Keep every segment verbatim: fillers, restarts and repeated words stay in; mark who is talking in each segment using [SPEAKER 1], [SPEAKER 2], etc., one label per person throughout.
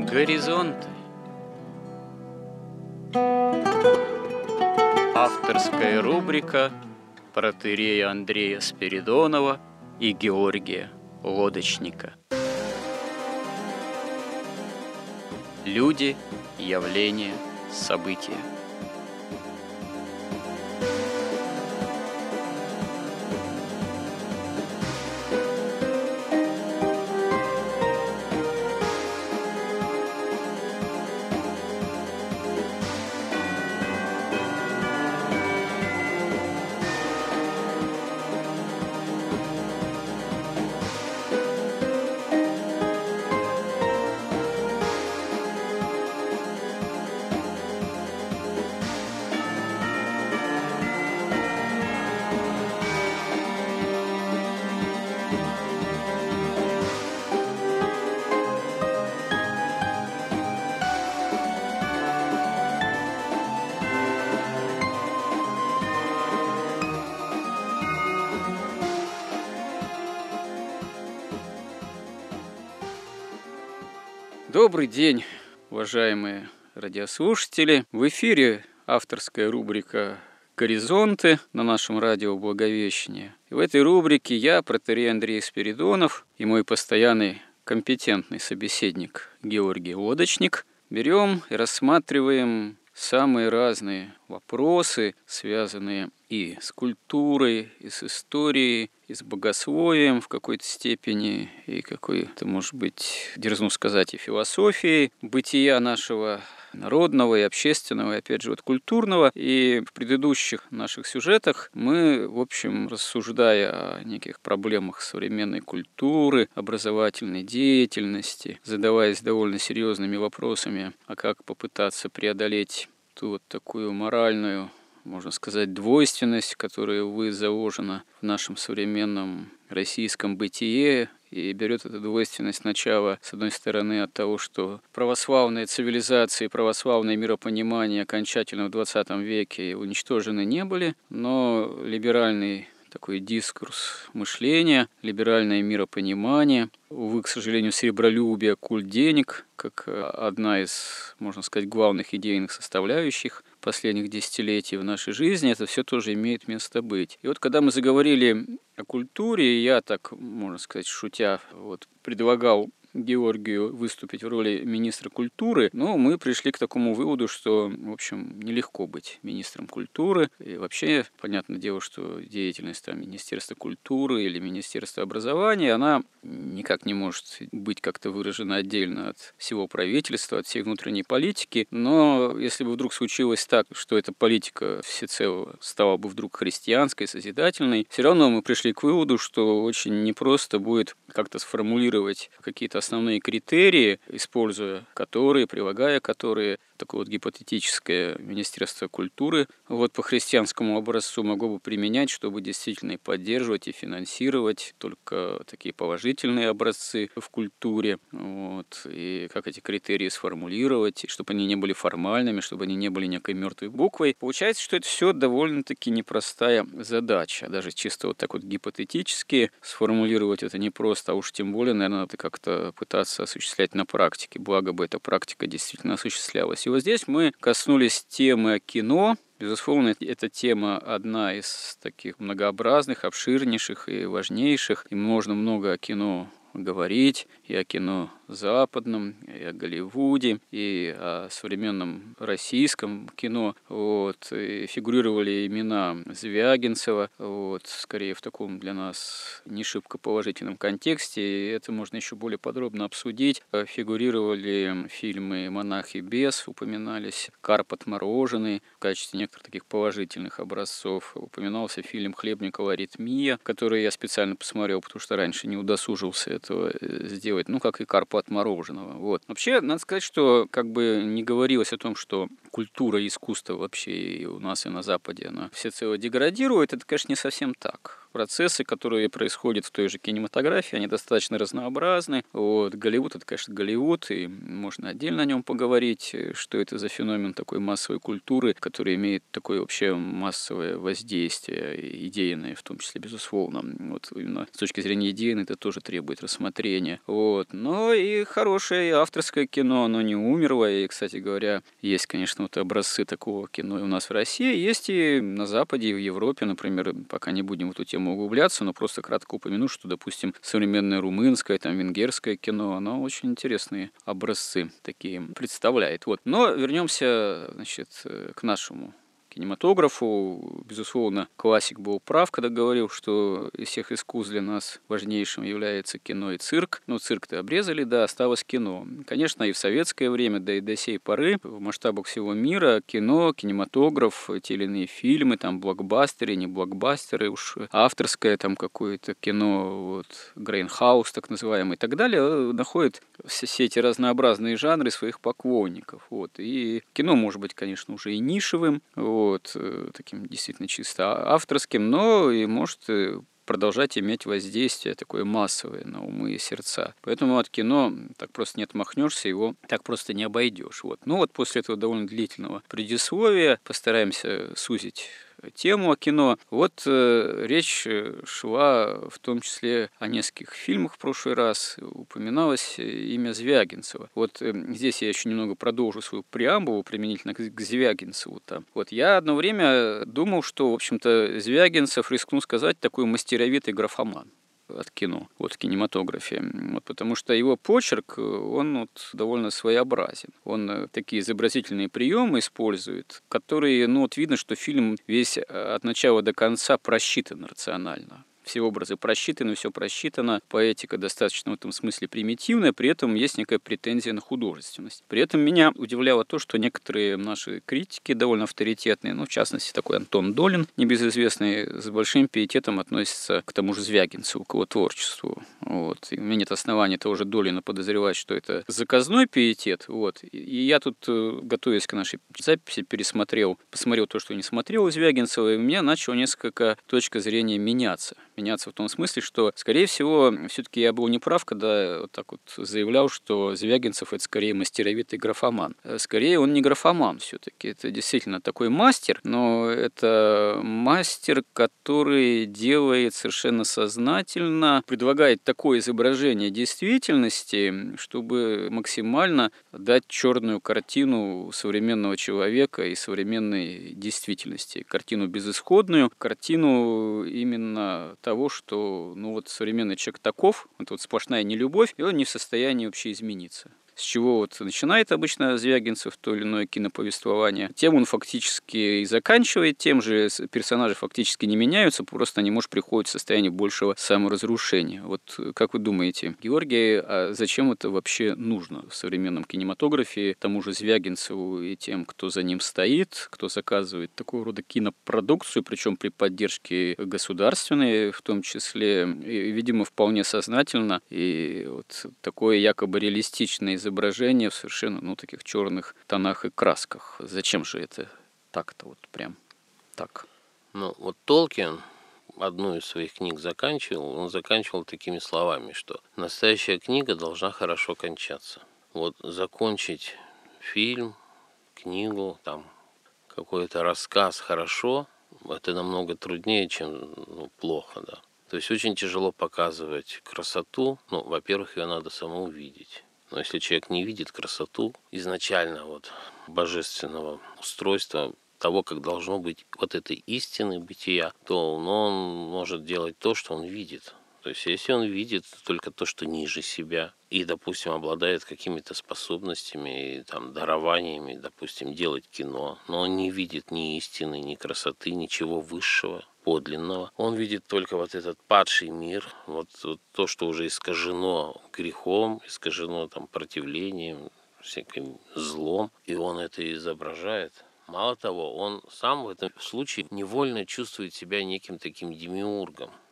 [SPEAKER 1] Горизонты. Авторская рубрика протоиерея Андрея Спиридонова и Георгия Лодочника. Люди, явления, события. Добрый день, уважаемые радиослушатели! В эфире авторская рубрика «Горизонты» на нашем радио Благовещение. И в этой рубрике я, протоиерей Андрей Спиридонов, и мой постоянный компетентный собеседник Георгий Лодочник берем и рассматриваем самые разные вопросы, связанные и с культурой, и с историей, и с богословием в какой-то степени, и какой-то, может быть, дерзну сказать, и философией бытия нашего народного и общественного, и, опять же, вот культурного. И в предыдущих наших сюжетах мы, в общем, рассуждая о неких проблемах современной культуры, образовательной деятельности, задаваясь довольно серьезными вопросами, а как попытаться преодолеть ту вот такую моральную, можно сказать, двойственность, которая, увы, заложена в нашем современном российском бытие, и берет эта двойственность начало, с одной стороны, от того, что православные цивилизации, православное миропонимание окончательно в двадцатом веке уничтожены не были, но либеральный такой дискурс мышления, либеральное миропонимание, увы, к сожалению, сребролюбие, культ денег, как одна из, можно сказать, главных идейных составляющих последних десятилетий в нашей жизни, это все тоже имеет место быть. И вот когда мы заговорили о культуре, я так, можно сказать, шутя, вот, предлагал Георгию выступить в роли министра культуры, но мы пришли к такому выводу, что, в общем, нелегко быть министром культуры. И вообще, понятное дело, что деятельность там, Министерства культуры или Министерства образования, она никак не может быть как-то выражена отдельно от всего правительства, от всей внутренней политики. Но если бы вдруг случилось так, что эта политика всецело стала бы вдруг христианской, созидательной, все равно мы пришли к выводу, что очень непросто будет как-то сформулировать какие-то основные критерии, используя которые, прилагая которые, такое вот гипотетическое Министерство культуры вот по христианскому образцу могло бы применять, чтобы действительно и поддерживать, и финансировать только такие положительные образцы в культуре. Вот, и как эти критерии сформулировать, чтобы они не были формальными, чтобы они не были некой мертвой буквой. Получается, что это все довольно-таки непростая задача. Даже чисто вот так вот гипотетически сформулировать это непросто, а уж тем более, наверное, надо как-то пытаться осуществлять на практике. Благо бы эта практика действительно осуществлялась. И вот здесь мы коснулись темы кино. Безусловно, эта тема одна из таких многообразных, обширнейших и важнейших. И можно много о кино говорить, и о кино западном, и о Голливуде, и о современном российском кино. Вот. И фигурировали имена Звягинцева, вот, скорее в таком для нас не шибко положительном контексте, и это можно еще более подробно обсудить. Фигурировали фильмы «Монах и бес», упоминались «Карп отмороженный» в качестве некоторых таких положительных образцов. Упоминался фильм Хлебникова «Аритмия», который я специально посмотрел, потому что раньше не удосужился этого сделать, ну, как и «Карпа отмороженного». Вот. Вообще, надо сказать, что как бы не говорилось о том, что культура и искусство вообще и у нас, и на Западе, она всецело деградирует, это, конечно, не совсем так. процессы, которые происходят в той же кинематографии, они достаточно разнообразны. Вот. Голливуд — это, конечно, Голливуд, и можно отдельно о нем поговорить, что это за феномен такой массовой культуры, который имеет такое вообще массовое воздействие, идейное в том числе, безусловно. Вот именно с точки зрения идейной это тоже требует рассмотрения. Вот. Но и хорошее авторское кино, оно не умерло, и, кстати говоря, есть, конечно, вот образцы такого кино и у нас в России, есть и на Западе, и в Европе, например, пока не будем в эту тему углубляться, но просто кратко упомяну, что, допустим, современное румынское, там, венгерское кино, оно очень интересные образцы такие представляет. Вот. Но вернемся, значит, к нашему кинематографу. Безусловно, классик был прав, когда говорил, что из всех искусств для нас важнейшим является кино и цирк. Ну, цирк-то обрезали, да, осталось кино. Конечно, и в советское время, да и до сей поры, в масштабах всего мира, кино, кинематограф, те или иные фильмы, там, блокбастеры, не блокбастеры, уж авторское там какое-то кино, вот, Грейнхаус, так называемый, и так далее, находят все, все эти разнообразные жанры своих поклонников. Вот. И кино может быть, конечно, уже и нишевым, вот, таким действительно чисто авторским, но и может продолжать иметь воздействие такое массовое на умы и сердца. Поэтому от кино так просто не отмахнешься, его так просто не обойдешь. Вот. Ну вот после этого довольно длительного предисловия постараемся сузить тему о кино. Вот э, речь шла в том числе о нескольких фильмах в прошлый раз. Упоминалось имя Звягинцева. Вот э, здесь я еще немного продолжу свою преамбулу применительно к, к Звягинцеву-то. Вот я одно время думал, что, в общем-то, Звягинцев, рискну сказать, такой мастеровитый графоман от кино, вот в кинематографе. Вот, потому что его почерк, он вот довольно своеобразен. Он такие изобразительные приемы использует, которые, ну вот видно, что фильм весь от начала до конца просчитан рационально. Все образы просчитаны, все просчитано, поэтика достаточно в этом смысле примитивная, при этом есть некая претензия на художественность. При этом меня удивляло то, что некоторые наши критики довольно авторитетные, ну, в частности, такой Антон Долин, небезызвестный, с большим пиететом относится к тому же Звягинцеву, к его творчеству. Вот. И у меня нет оснований того же Долина подозревать, что это заказной пиетет. Вот. И я тут, готовясь к нашей записи, пересмотрел, посмотрел то, что не смотрел у Звягинцева, и у меня начало несколько точка зрения меняться. Меняться в том смысле, что, скорее всего, все-таки я был неправ, когда вот так вот заявлял, что Звягинцев — это скорее мастеровитый графоман. Скорее, он не графоман все-таки. Это действительно такой мастер, но это мастер, который делает совершенно сознательно, предлагает такое изображение действительности, чтобы максимально дать черную картину современного человека и современной действительности. Картину безысходную, картину именно того, что ну вот современный человек таков, это вот сплошная нелюбовь, и он не в состоянии вообще измениться. С чего вот начинает обычно Звягинцев то или иное киноповествование, тем он фактически и заканчивает, тем же персонажи фактически не меняются, просто они, может, приходят в состояние большего саморазрушения. Вот как вы думаете, Георгий, а зачем это вообще нужно в современном кинематографе тому же Звягинцеву и тем, кто за ним стоит, кто заказывает такого рода кинопродукцию, причем при поддержке государственной в том числе, и, видимо, вполне сознательно, и вот такое якобы реалистичное изображение изображение в совершенно, ну, таких черных тонах и красках. Зачем же это так-то вот прям так?
[SPEAKER 2] Ну, вот Толкин одну из своих книг заканчивал, он заканчивал такими словами, что настоящая книга должна хорошо кончаться. Вот закончить фильм, книгу, там, какой-то рассказ хорошо, это намного труднее, чем ну, плохо, да. То есть очень тяжело показывать красоту, ну, во-первых, ее надо самому увидеть. Но если человек не видит красоту изначально вот божественного устройства, того, как должно быть вот этой истины бытия, то ну, он может делать то, что он видит. То есть если он видит только то, что ниже себя, и, допустим, обладает какими-то способностями, и, там, дарованиями, допустим, делать кино, но он не видит ни истины, ни красоты, ничего высшего, подлинного. Он видит только вот этот падший мир, вот, вот то, что уже искажено грехом, искажено там противлением, всяким злом, и он это изображает. Мало того, он сам в этом случае невольно чувствует себя неким таким демиургом.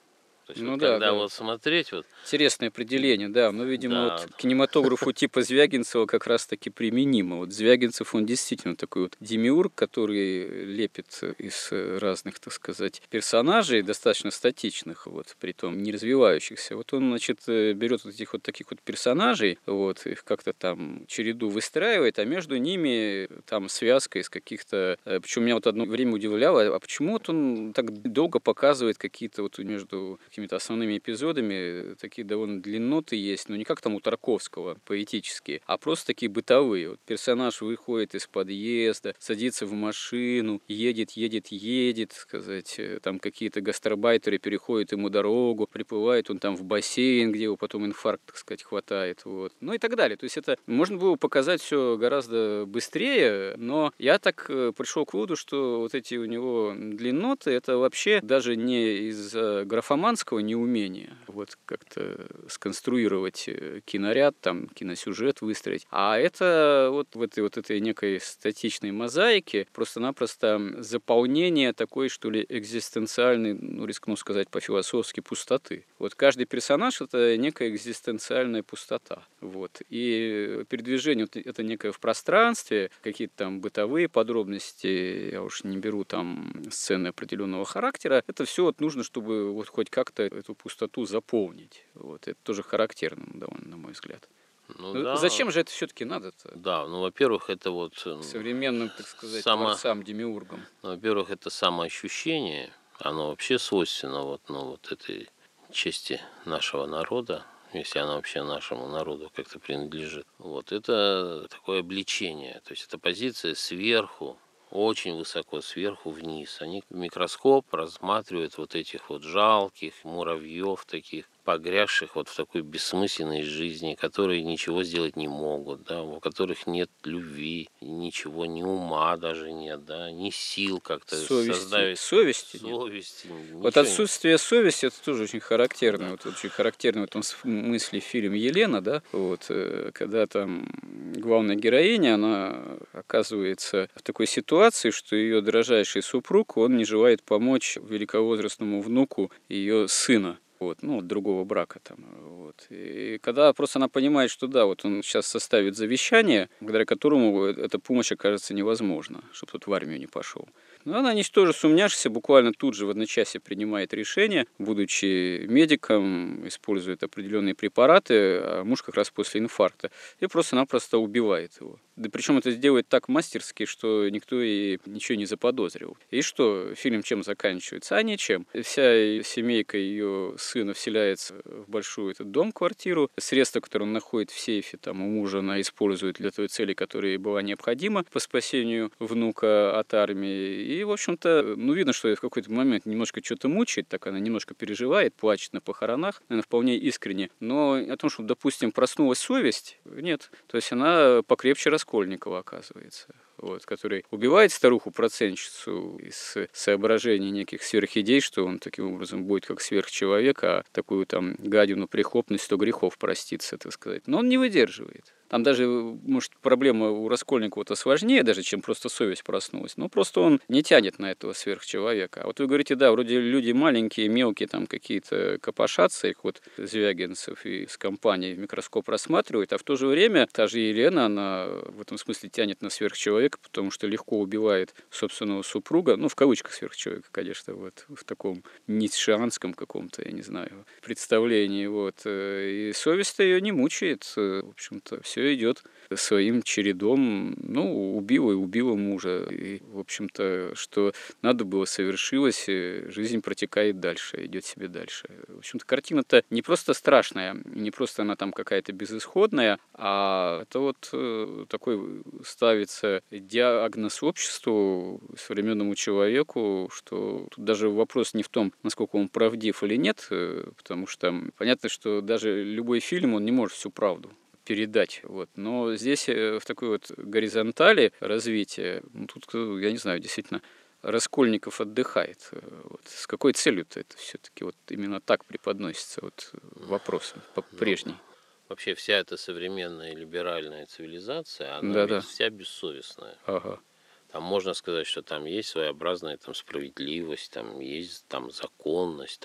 [SPEAKER 2] То есть
[SPEAKER 1] Ну
[SPEAKER 2] вот
[SPEAKER 1] да,
[SPEAKER 2] когда
[SPEAKER 1] да.
[SPEAKER 2] вот смотреть, вот
[SPEAKER 1] Интересное определение, да. Но, видимо,
[SPEAKER 2] да,
[SPEAKER 1] вот к кинематографу типа Звягинцева как раз-таки применимо. Вот Звягинцев, он действительно такой вот демиург, который лепит из разных, так сказать, персонажей, достаточно статичных, вот, притом не развивающихся. Вот он, значит, берет вот этих вот таких вот персонажей, вот, их как-то там череду выстраивает, а между ними там связка из каких-то... Причем меня вот одно время удивляло, а почему вот он так долго показывает какие-то вот между какими-то основными эпизодами такие довольно длинноты есть, но не как там у Тарковского поэтические, а просто такие бытовые. Вот персонаж выходит из подъезда, садится в машину, едет, едет, едет, сказать, там какие-то гастарбайтеры переходят ему дорогу, приплывает он там в бассейн, где его потом инфаркт, так сказать, хватает, вот. Ну и так далее. То есть это можно было показать все гораздо быстрее, но я так пришел к выводу, что вот эти у него длинноты, это вообще даже не из-за графоманского неумения вот как-то сконструировать киноряд, там, киносюжет выстроить, а это вот в этой вот этой некой статичной мозаике просто-напросто заполнение такой, что ли, экзистенциальной, ну, рискну сказать по-философски, пустоты. Вот каждый персонаж — это некая экзистенциальная пустота. Вот. И передвижение — это некое в пространстве, какие-то там бытовые подробности, я уж не беру там сцены определенного характера, это все вот нужно, чтобы вот хоть как-то эту пустоту заполнить. Вот. Это тоже характерно довольно, на мой взгляд.
[SPEAKER 2] ну
[SPEAKER 1] Ну,
[SPEAKER 2] да,
[SPEAKER 1] зачем же это все-таки надо-то
[SPEAKER 2] да, ну, во-первых, это вот м,
[SPEAKER 1] современным, так сказать,
[SPEAKER 2] само,
[SPEAKER 1] творцам, демиургам?
[SPEAKER 2] ну, во-первых, это самоощущение, оно вообще свойственно вот, ну, вот этой части нашего народа, если она вообще нашему народу как-то принадлежит. Вот это такое обличение, то есть это позиция сверху, очень высоко сверху вниз. Они в микроскоп рассматривают вот этих вот жалких муравьев таких, погрязших вот в такой бессмысленной жизни, которые ничего сделать не могут, да, у которых нет любви, ничего, ни ума даже нет, да, ни сил как-то
[SPEAKER 1] Совести.
[SPEAKER 2] создать,
[SPEAKER 1] Совести нет.
[SPEAKER 2] совести,
[SPEAKER 1] Вот
[SPEAKER 2] ничего нет.
[SPEAKER 1] отсутствие совести — это тоже очень характерно.
[SPEAKER 2] Да.
[SPEAKER 1] Вот очень характерно в этом смысле фильм «Елена», да, вот, э, когда там главная героиня, она оказывается в такой ситуации, что ее дрожайший супруг, он не желает помочь великовозрастному внуку ее сына. Вот, ну, от другого брака там. Вот. И когда просто она понимает, что да, вот он сейчас составит завещание, благодаря которому эта помощь окажется невозможна, чтобы тот в армию не пошел. Но она, ничтоже сумняшися, буквально тут же в одночасье принимает решение, будучи медиком, использует определенные препараты, а муж как раз после инфаркта, и просто-напросто убивает его. Да причем это сделает так мастерски, что никто и ничего не заподозрил. И что, фильм чем заканчивается? А ничем. Вся семейка ее сына вселяется в большую этот дом, квартиру. Средства, которые он находит в сейфе, там, у мужа, она использует для той цели, которая ей была необходима по спасению внука от армии. И, в общем-то, ну, видно, что в какой-то момент немножко что-то мучает, так она немножко переживает, плачет на похоронах, наверное, вполне искренне. Но о том, что, допустим, проснулась совесть, нет. То есть она покрепче Раскольникова, оказывается. Вот, который убивает старуху-процентщицу из соображений неких сверхидей, что он таким образом будет как сверхчеловек, а такую там гадину прихлопнуть, сто грехов проститься, так сказать. Но он не выдерживает. Там даже, может, проблема у Раскольникова-то сложнее даже, чем просто совесть проснулась. Но просто он не тянет на этого сверхчеловека. А вот вы говорите, да, вроде люди маленькие, мелкие, там какие-то копошатся, их вот Звягинцев и с компанией в микроскоп рассматривают, а в то же время та же Елена, она в этом смысле тянет на сверхчеловека, потому что легко убивает собственного супруга, ну, в кавычках сверхчеловека, конечно, вот в таком ницшеанском каком-то, я не знаю, представлении, вот. И совесть-то ее не мучает, в общем-то, все все идет своим чередом. Ну, убила и убила мужа. И, в общем-то, что надо было, совершилось, жизнь протекает дальше, идет себе дальше. В общем-то, картина-то не просто страшная, не просто она там какая-то безысходная, а это вот такой ставится диагноз обществу, современному человеку, что тут даже вопрос не в том, насколько он правдив или нет, потому что понятно, что даже любой фильм, он не может всю правду передать. Вот. Но здесь в такой вот горизонтали развития, ну, тут, я не знаю, действительно, Раскольников отдыхает. Вот. С какой целью-то это все-таки вот именно так преподносится вот вопрос прежний?
[SPEAKER 2] Ну, вообще вся эта современная либеральная цивилизация, она
[SPEAKER 1] Да-да.
[SPEAKER 2] ведь вся бессовестная.
[SPEAKER 1] Ага.
[SPEAKER 2] Там можно сказать, что там есть своеобразная там справедливость, там есть там законность, там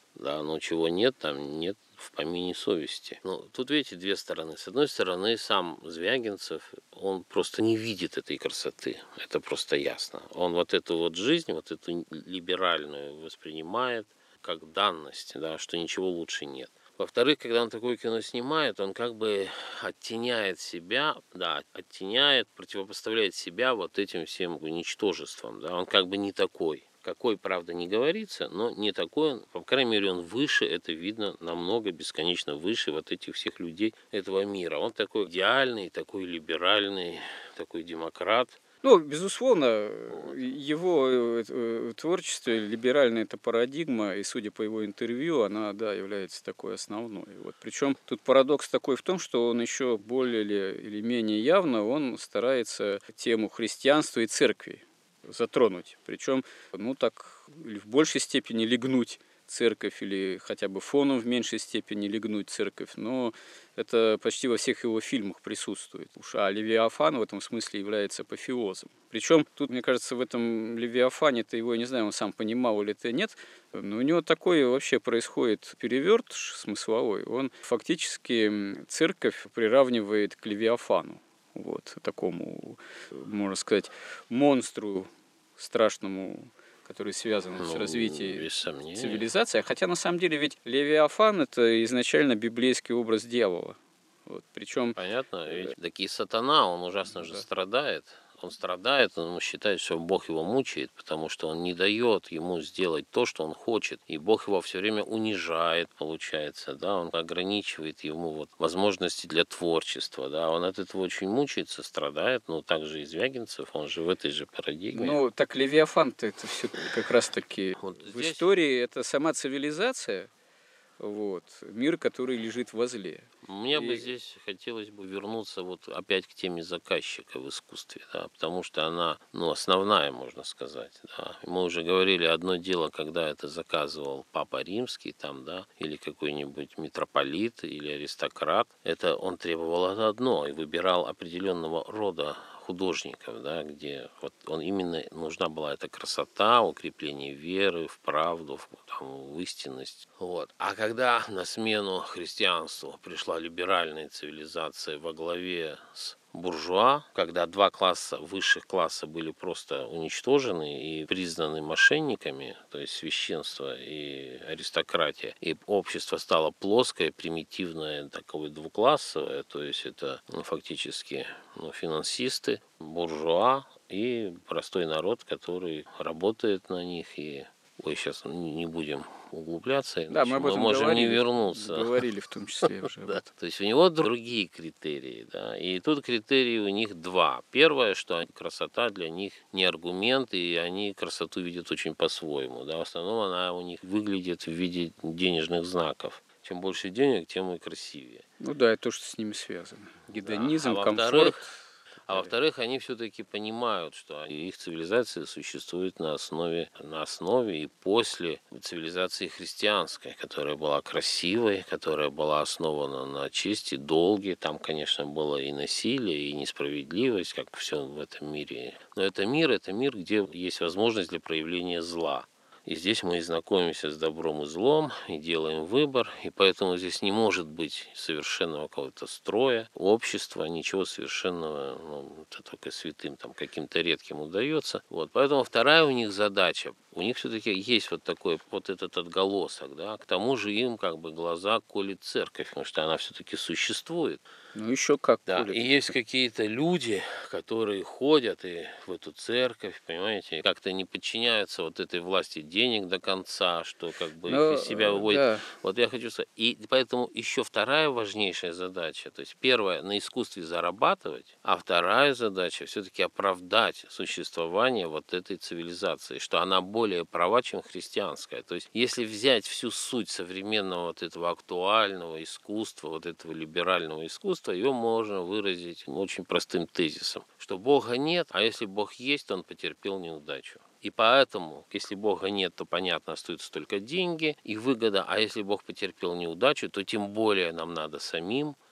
[SPEAKER 2] Да, но чего нет, там нет в помине совести. Ну, тут, видите, две стороны. С одной стороны, сам Звягинцев, он просто не видит этой красоты. Это просто ясно. Он вот эту вот жизнь, вот эту либеральную воспринимает как данность, да, что ничего лучше нет. Во-вторых, когда он такое кино снимает, он как бы оттеняет себя, да, оттеняет, противопоставляет себя вот этим всем ничтожествам, да, он как бы не такой. Какой, правда, не говорится, но не такой он, по крайней мере, он выше, это видно намного, бесконечно выше вот этих всех людей этого мира. Он такой идеальный, такой либеральный, такой демократ.
[SPEAKER 1] Ну, безусловно,
[SPEAKER 2] Вот.
[SPEAKER 1] его э, э, творчество, либеральная эта парадигма, и судя по его интервью, она, да, является такой основной. Вот. Причем тут парадокс такой в том, что он еще более или, или менее явно, он старается тему христианства и церкви затронуть. Причем, ну так, или в большей степени легнуть церковь, или хотя бы фоном в меньшей степени легнуть церковь, но это почти во всех его фильмах присутствует. Уж а Левиафан в этом смысле является апофеозом. Причем тут, мне кажется, в этом Левиафане-то его, я не знаю, он сам понимал или это нет, но у него такой вообще происходит перевертыш смысловой. Он фактически церковь приравнивает к Левиафану. Вот, такому, можно сказать, монстру страшному, который связан
[SPEAKER 2] Ну,
[SPEAKER 1] с развитием
[SPEAKER 2] без сомнения.
[SPEAKER 1] цивилизации. Хотя на самом деле ведь Левиафан это изначально библейский образ дьявола. Вот, причем
[SPEAKER 2] Понятно, ведь таки сатана, он ужасно же
[SPEAKER 1] да.
[SPEAKER 2] страдает. Он страдает, он считает, что Бог его мучает, потому что он не дает ему сделать то, что он хочет. И Бог его все время унижает, получается, да, он ограничивает ему вот возможности для творчества, да, он от этого очень мучается, страдает, но также и Звягинцев, он же в этой же парадигме.
[SPEAKER 1] Ну, так Левиафан-то это все как раз-таки
[SPEAKER 2] Вот
[SPEAKER 1] в
[SPEAKER 2] здесь-
[SPEAKER 1] истории это сама цивилизация, вот, мир, который лежит возле.
[SPEAKER 2] Мне бы
[SPEAKER 1] И-
[SPEAKER 2] здесь хотелось бы вернуться вот опять к теме заказчика в искусстве, да, потому что она, ну, основная, можно сказать, да. Мы уже говорили, одно дело, когда это заказывал Папа Римский, там, да, или какой-нибудь митрополит, или аристократ, это он требовал одно и выбирал определенного рода художников, да, где вот он именно нужна была эта красота, укрепление веры в правду, в, там, в истинность. Вот. А когда на смену христианству пришла либеральная цивилизация во главе с буржуа, когда два класса, высших класса были просто уничтожены и признаны мошенниками, то есть священство и аристократия, и общество стало плоское, примитивное, такое двуклассовое, то есть это ну, фактически ну, финансисты, буржуа и простой народ, который работает на них и ой, сейчас не будем углубляться,
[SPEAKER 1] Да, мы
[SPEAKER 2] иначе
[SPEAKER 1] об
[SPEAKER 2] мы
[SPEAKER 1] этом
[SPEAKER 2] можем не
[SPEAKER 1] говорили,
[SPEAKER 2] вернуться.
[SPEAKER 1] говорили в том числе уже.
[SPEAKER 2] Да.
[SPEAKER 1] Вот.
[SPEAKER 2] То есть у него другие критерии, да, и тут критерии у них два. Первое, что красота для них не аргумент, и они красоту видят очень по-своему, да, в основном она у них выглядит в виде денежных знаков. Чем больше денег, тем и красивее.
[SPEAKER 1] Ну да, это то, что с ними связано. Гедонизм,
[SPEAKER 2] Да. А
[SPEAKER 1] комфорт.
[SPEAKER 2] во-вторых, а во-вторых, они все-таки понимают, что их цивилизация существует на основе, на основе и после цивилизации христианской, которая была красивой, которая была основана на чести, долге. Там, конечно, было и насилие, и несправедливость, как все в этом мире. Но это мир, это мир, где есть возможность для проявления зла. И здесь мы и знакомимся с добром и злом, и делаем выбор, и поэтому здесь не может быть совершенного какого-то строя, общества, ничего совершенного, ну, это только святым, там, каким-то редким удается. Вот, поэтому вторая у них задача, у них все-таки есть вот такой, вот этот отголосок, да, к тому же им как бы глаза колет церковь, потому что она все-таки существует.
[SPEAKER 1] Ну еще как.
[SPEAKER 2] Да,
[SPEAKER 1] колет.
[SPEAKER 2] и есть какие-то люди, которые ходят и в эту церковь, понимаете, как-то не подчиняются вот этой власти денег до конца, что как бы
[SPEAKER 1] Но,
[SPEAKER 2] их из себя
[SPEAKER 1] э,
[SPEAKER 2] выводит.
[SPEAKER 1] да.
[SPEAKER 2] Вот я хочу сказать, и поэтому еще вторая важнейшая задача, то есть первая на искусстве зарабатывать, а вторая задача все-таки оправдать существование вот этой цивилизации, что она более права, чем христианская. То есть если взять всю суть современного вот этого актуального искусства, вот этого либерального искусства, его можно выразить очень простым тезисом, что Бога нет, а если Бог есть, то он потерпел неудачу. И поэтому, если Бога нет, то, понятно, остаются только деньги и выгода, а если Бог потерпел неудачу, то тем более нам надо самим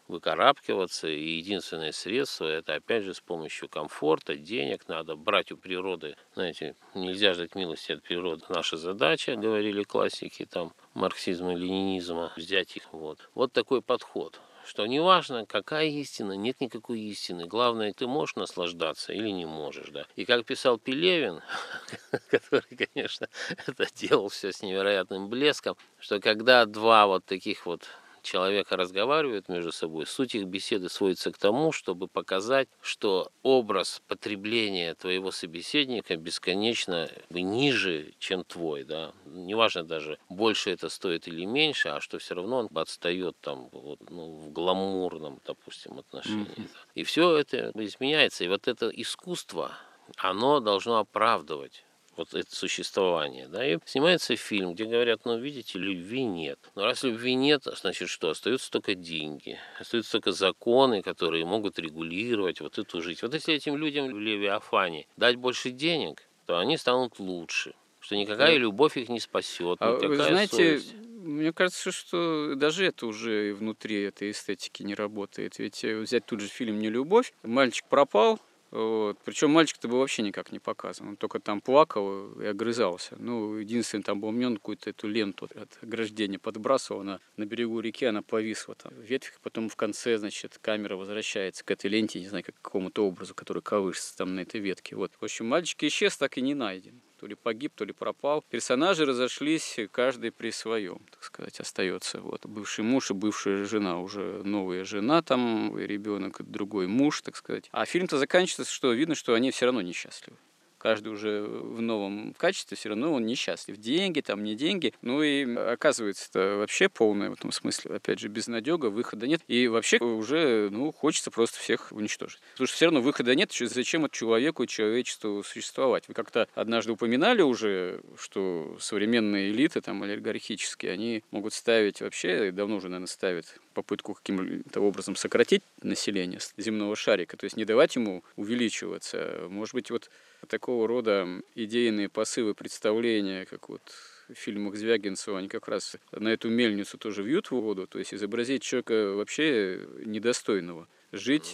[SPEAKER 2] выкарабкиваться, и единственное средство — это, опять же, с помощью комфорта, денег. Надо брать у природы, знаете, нельзя ждать милости от природы. Наша задача, говорили классики там марксизма и ленинизма, взять их. Вот, вот такой подход. Что неважно, какая истина, нет никакой истины. Главное, ты можешь наслаждаться или не можешь, да. И как писал Пелевин, который, конечно, это делал все с невероятным блеском, что когда два вот таких вот человека разговаривают между собой, суть их беседы сводится к тому, чтобы показать, что образ потребления твоего собеседника бесконечно ниже, чем твой, да. Неважно даже, больше это стоит или меньше, а что все равно он отстает там вот, ну, в гламурном, допустим, отношении.
[SPEAKER 1] Мгм.
[SPEAKER 2] Да. И все это изменяется. И вот это искусство, оно должно оправдывать вот это существование, да, и снимается фильм, где говорят, ну, видите, любви нет. Но раз любви нет, значит что? Остаются только деньги, остаются только законы, которые могут регулировать вот эту жизнь. Вот если этим людям в Левиафане дать больше денег, то они станут лучше, что никакая
[SPEAKER 1] Да.
[SPEAKER 2] любовь их не спасет,
[SPEAKER 1] А вы
[SPEAKER 2] никакая
[SPEAKER 1] знаете,
[SPEAKER 2] совесть.
[SPEAKER 1] мне кажется, что даже это уже внутри этой эстетики не работает. Ведь э, взять тут же фильм «Нелюбовь», мальчик пропал, вот. Причем мальчик-то был вообще никак не показан. Он только там плакал и огрызался. Ну, единственное, там был момент, какую-то эту ленту от ограждения подбрасывал, она на берегу реки, она повисла там в ветвях, потом в конце, значит, камера возвращается к этой ленте, не знаю, как к какому-то образу, который колышется там на этой ветке. Вот. В общем, мальчик исчез, так и не найден. То ли погиб, то ли пропал. Персонажи разошлись, каждый при своем, так сказать, остается. Вот. Бывший муж и бывшая жена, уже новая жена там, и ребенок, и другой муж, так сказать. А фильм-то заканчивается, что видно, что они все равно несчастливы. Каждый уже в новом качестве, все равно он несчастлив. Деньги, там не деньги. Ну и оказывается, это вообще полное в этом смысле. Опять же, безнадега, выхода нет. И вообще уже, ну, хочется просто всех уничтожить. Потому что все равно выхода нет. Зачем от человеку и человечеству существовать? Вы как-то однажды упоминали уже, что современные элиты, там, олигархические, они могут ставить вообще, давно уже, наверное, ставят попытку каким-то образом сократить население земного шарика, то есть не давать ему увеличиваться. Может быть, вот такого рода идейные посылы, представления, как вот в фильмах Звягинцева, они как раз на эту мельницу тоже вьют в воду, то есть изобразить человека вообще недостойного жить,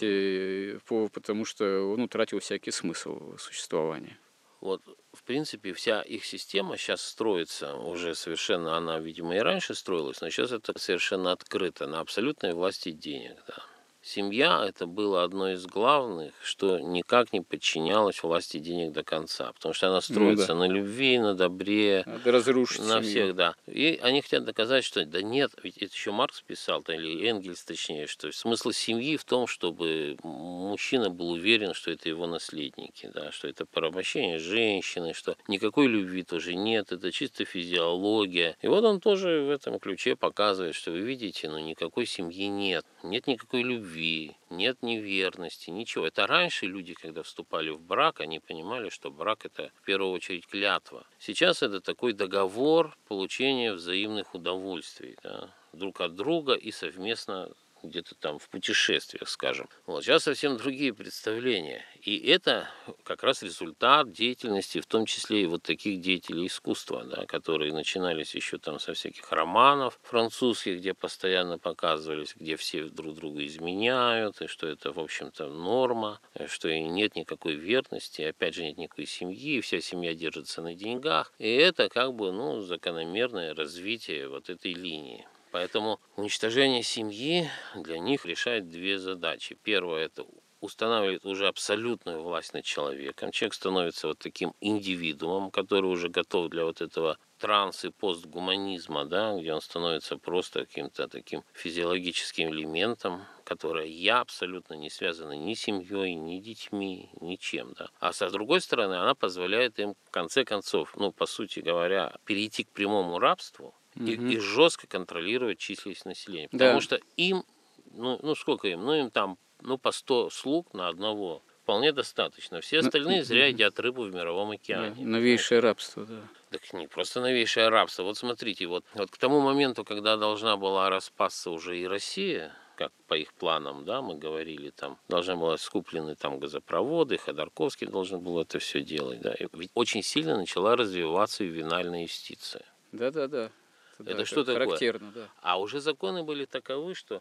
[SPEAKER 1] потому что он утратил всякий смысл существования.
[SPEAKER 2] Вот, в принципе, вся их система сейчас строится уже совершенно, она, видимо, и раньше строилась, но сейчас это совершенно открыто, на абсолютной власти денег, да. Семья — это было одно из главных, что никак не подчинялось власти денег до конца, потому что она строится
[SPEAKER 1] Ну
[SPEAKER 2] на
[SPEAKER 1] да.
[SPEAKER 2] любви, на добре,
[SPEAKER 1] Надо разрушить
[SPEAKER 2] на
[SPEAKER 1] семью.
[SPEAKER 2] всех, да. И они хотят доказать, что да нет, ведь это еще Маркс писал, или Энгельс точнее, что смысл семьи в том, чтобы мужчина был уверен, что это его наследники, да, что это порабощение женщины, что никакой любви тоже нет, это чисто физиология. И вот он тоже в этом ключе показывает, что вы видите, ну никакой семьи нет, нет никакой любви, нет неверности, ничего. Это раньше люди, когда вступали в брак, они понимали, что брак — это в первую очередь клятва. Сейчас это такой договор получения взаимных удовольствий, да, друг от друга и совместно где-то там в путешествиях, скажем. Вот. Сейчас совсем другие представления. И это как раз результат деятельности, в том числе и вот таких деятелей искусства, да, которые начинались еще там со всяких романов французских, где постоянно показывались, где все друг другу изменяют, и что это, в общем-то, норма, что и нет никакой верности, и опять же нет никакой семьи, и вся семья держится на деньгах. И это как бы, ну, закономерное развитие вот этой линии. Поэтому уничтожение семьи для них решает две задачи. Первое — это устанавливает уже абсолютную власть над человеком. Человек становится вот таким индивидуумом, который уже готов для вот этого транс- и постгуманизма, да, где он становится просто каким-то таким физиологическим элементом, которое я абсолютно не связано ни с семьей, ни детьми, ничем. Да. А с другой стороны, она позволяет им в конце концов, ну, по сути говоря, перейти к прямому рабству, И,
[SPEAKER 1] Угу.
[SPEAKER 2] и жестко контролировать численность населения. Потому
[SPEAKER 1] Да.
[SPEAKER 2] что им, ну, ну сколько им? Ну им там, ну по сто слуг на одного вполне достаточно. Все
[SPEAKER 1] Ну,
[SPEAKER 2] остальные зря
[SPEAKER 1] мгм.
[SPEAKER 2] едят рыбу в мировом
[SPEAKER 1] Да.
[SPEAKER 2] океане.
[SPEAKER 1] Новейшее рабство, да.
[SPEAKER 2] Так не просто новейшее рабство. Вот смотрите, вот, вот к тому моменту, когда должна была распасться уже и Россия, как по их планам, да, мы говорили, там должны были скуплены там газопроводы, Ходорковский должен был это все делать, да, и ведь очень сильно начала развиваться ювенальная юстиция.
[SPEAKER 1] Да-да-да. Это, да,
[SPEAKER 2] Это
[SPEAKER 1] это
[SPEAKER 2] что такое?
[SPEAKER 1] характерно, да.
[SPEAKER 2] А уже законы были таковы, что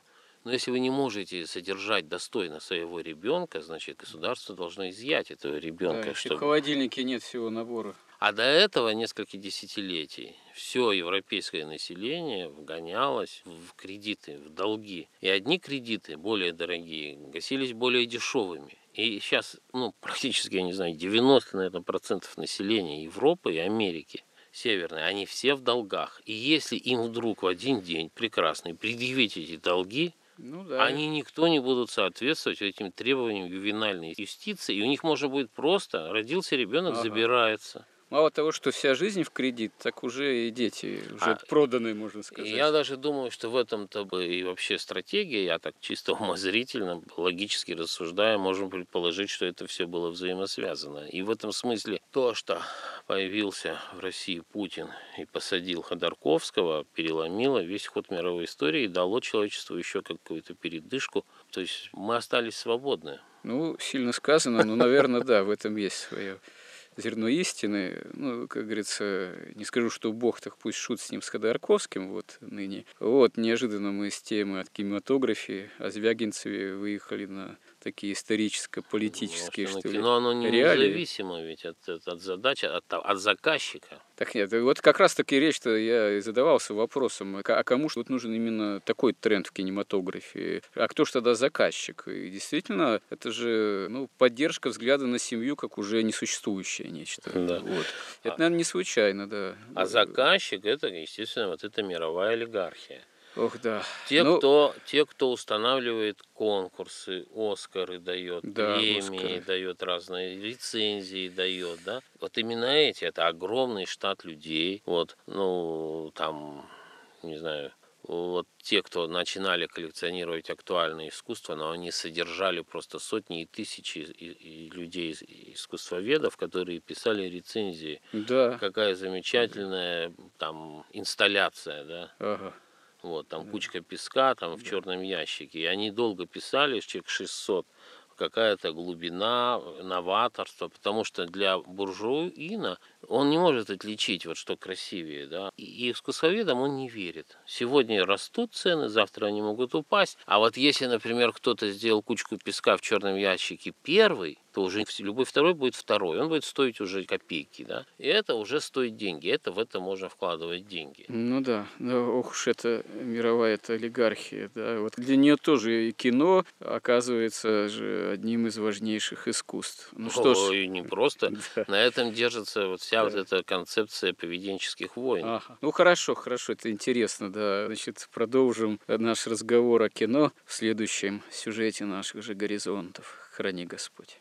[SPEAKER 2] Но если вы не можете содержать достойно своего ребенка, значит, государство должно изъять этого ребенка.
[SPEAKER 1] Да, если
[SPEAKER 2] чтобы...
[SPEAKER 1] в холодильнике нет всего набора.
[SPEAKER 2] А до этого несколько десятилетий все европейское население вгонялось в кредиты, в долги. И одни кредиты, более дорогие, гасились более дешевыми. И сейчас, ну, практически, я не знаю, девяносто, наверное, процентов населения Европы и Америки северной, они все в долгах. И если им вдруг в один день прекрасный предъявить эти долги,
[SPEAKER 1] ну, да.
[SPEAKER 2] они никто не будут соответствовать этим требованиям ювенальной юстиции, и у них можно будет просто, родился ребенок, ага. забирается.
[SPEAKER 1] Мало того, что вся жизнь в кредит, так уже и дети уже а, проданные, можно сказать.
[SPEAKER 2] Я даже думаю, что в этом-то бы и вообще стратегия, я так чисто умозрительно, логически рассуждая, можем предположить, что это все было взаимосвязано. И в этом смысле то, что появился в России Путин и посадил Ходорковского, переломило весь ход мировой истории и дало человечеству еще какую-то передышку. То есть мы остались свободны.
[SPEAKER 1] Ну, сильно сказано, но, наверное, да, в этом есть свое зерно истины. Ну, как говорится, не скажу, что Бог, так пусть шут с ним, с Ходорковским, вот ныне. Вот, неожиданно мы с темы от кинематографии о Звягинцеве выехали на такие историческо-политические,
[SPEAKER 2] ну,
[SPEAKER 1] что ли,
[SPEAKER 2] кино, оно не
[SPEAKER 1] реалии.
[SPEAKER 2] Независимо ведь от, от, от задачи, от, от заказчика.
[SPEAKER 1] Так нет, вот как раз-таки речь-то я и задавался вопросом, а кому же вот нужен именно такой тренд в кинематографе? А кто же тогда заказчик? И действительно, это же ну, поддержка взгляда на семью как уже несуществующее нечто.
[SPEAKER 2] Да.
[SPEAKER 1] Вот. Это, наверное, не случайно, да.
[SPEAKER 2] А заказчик, это, естественно, вот эта мировая олигархия.
[SPEAKER 1] Ох, да.
[SPEAKER 2] Те,
[SPEAKER 1] ну,
[SPEAKER 2] кто, те, кто устанавливает конкурсы, Оскары дает,
[SPEAKER 1] да,
[SPEAKER 2] премии
[SPEAKER 1] Оскары.
[SPEAKER 2] дает, разные лицензии дает, да. Вот именно эти, это огромный штат людей, вот, ну, там, не знаю, вот те, кто начинали коллекционировать актуальное искусство, но они содержали просто сотни и тысячи и, и людей, искусствоведов, которые писали рецензии.
[SPEAKER 1] Да.
[SPEAKER 2] Какая замечательная там инсталляция, да.
[SPEAKER 1] Ага.
[SPEAKER 2] Вот, там кучка песка, там в черном ящике. И они долго писали, человек шестьсот, какая-то глубина, новаторство, потому что для буржуина он не может отличить, вот что красивее, да. И искусствоведам он не верит. Сегодня растут цены, завтра они могут упасть. А вот если, например, кто-то сделал кучку песка в черном ящике первый, то уже любой второй будет второй. Он будет стоить уже копейки, да. И это уже стоит деньги. Это в это можно вкладывать деньги.
[SPEAKER 1] Ну да, ну, ох уж это мировая это олигархия, да. Вот для нее тоже и кино оказывается же одним из важнейших искусств. Ну что ж,
[SPEAKER 2] и не просто. Да. На этом держится вот вся да. вот эта концепция поведенческих войн.
[SPEAKER 1] Ага. Ну хорошо, хорошо, это интересно, да. Значит, продолжим наш разговор о кино в следующем сюжете наших же горизонтов. Храни Господь.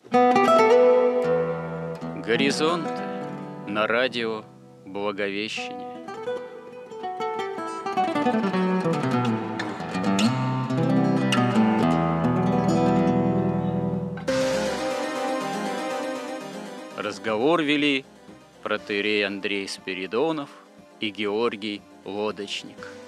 [SPEAKER 1] Горизонты на радио Благовещение. Разговор вели протоиерей Андрей Спиридонов и Георгий Лодочник.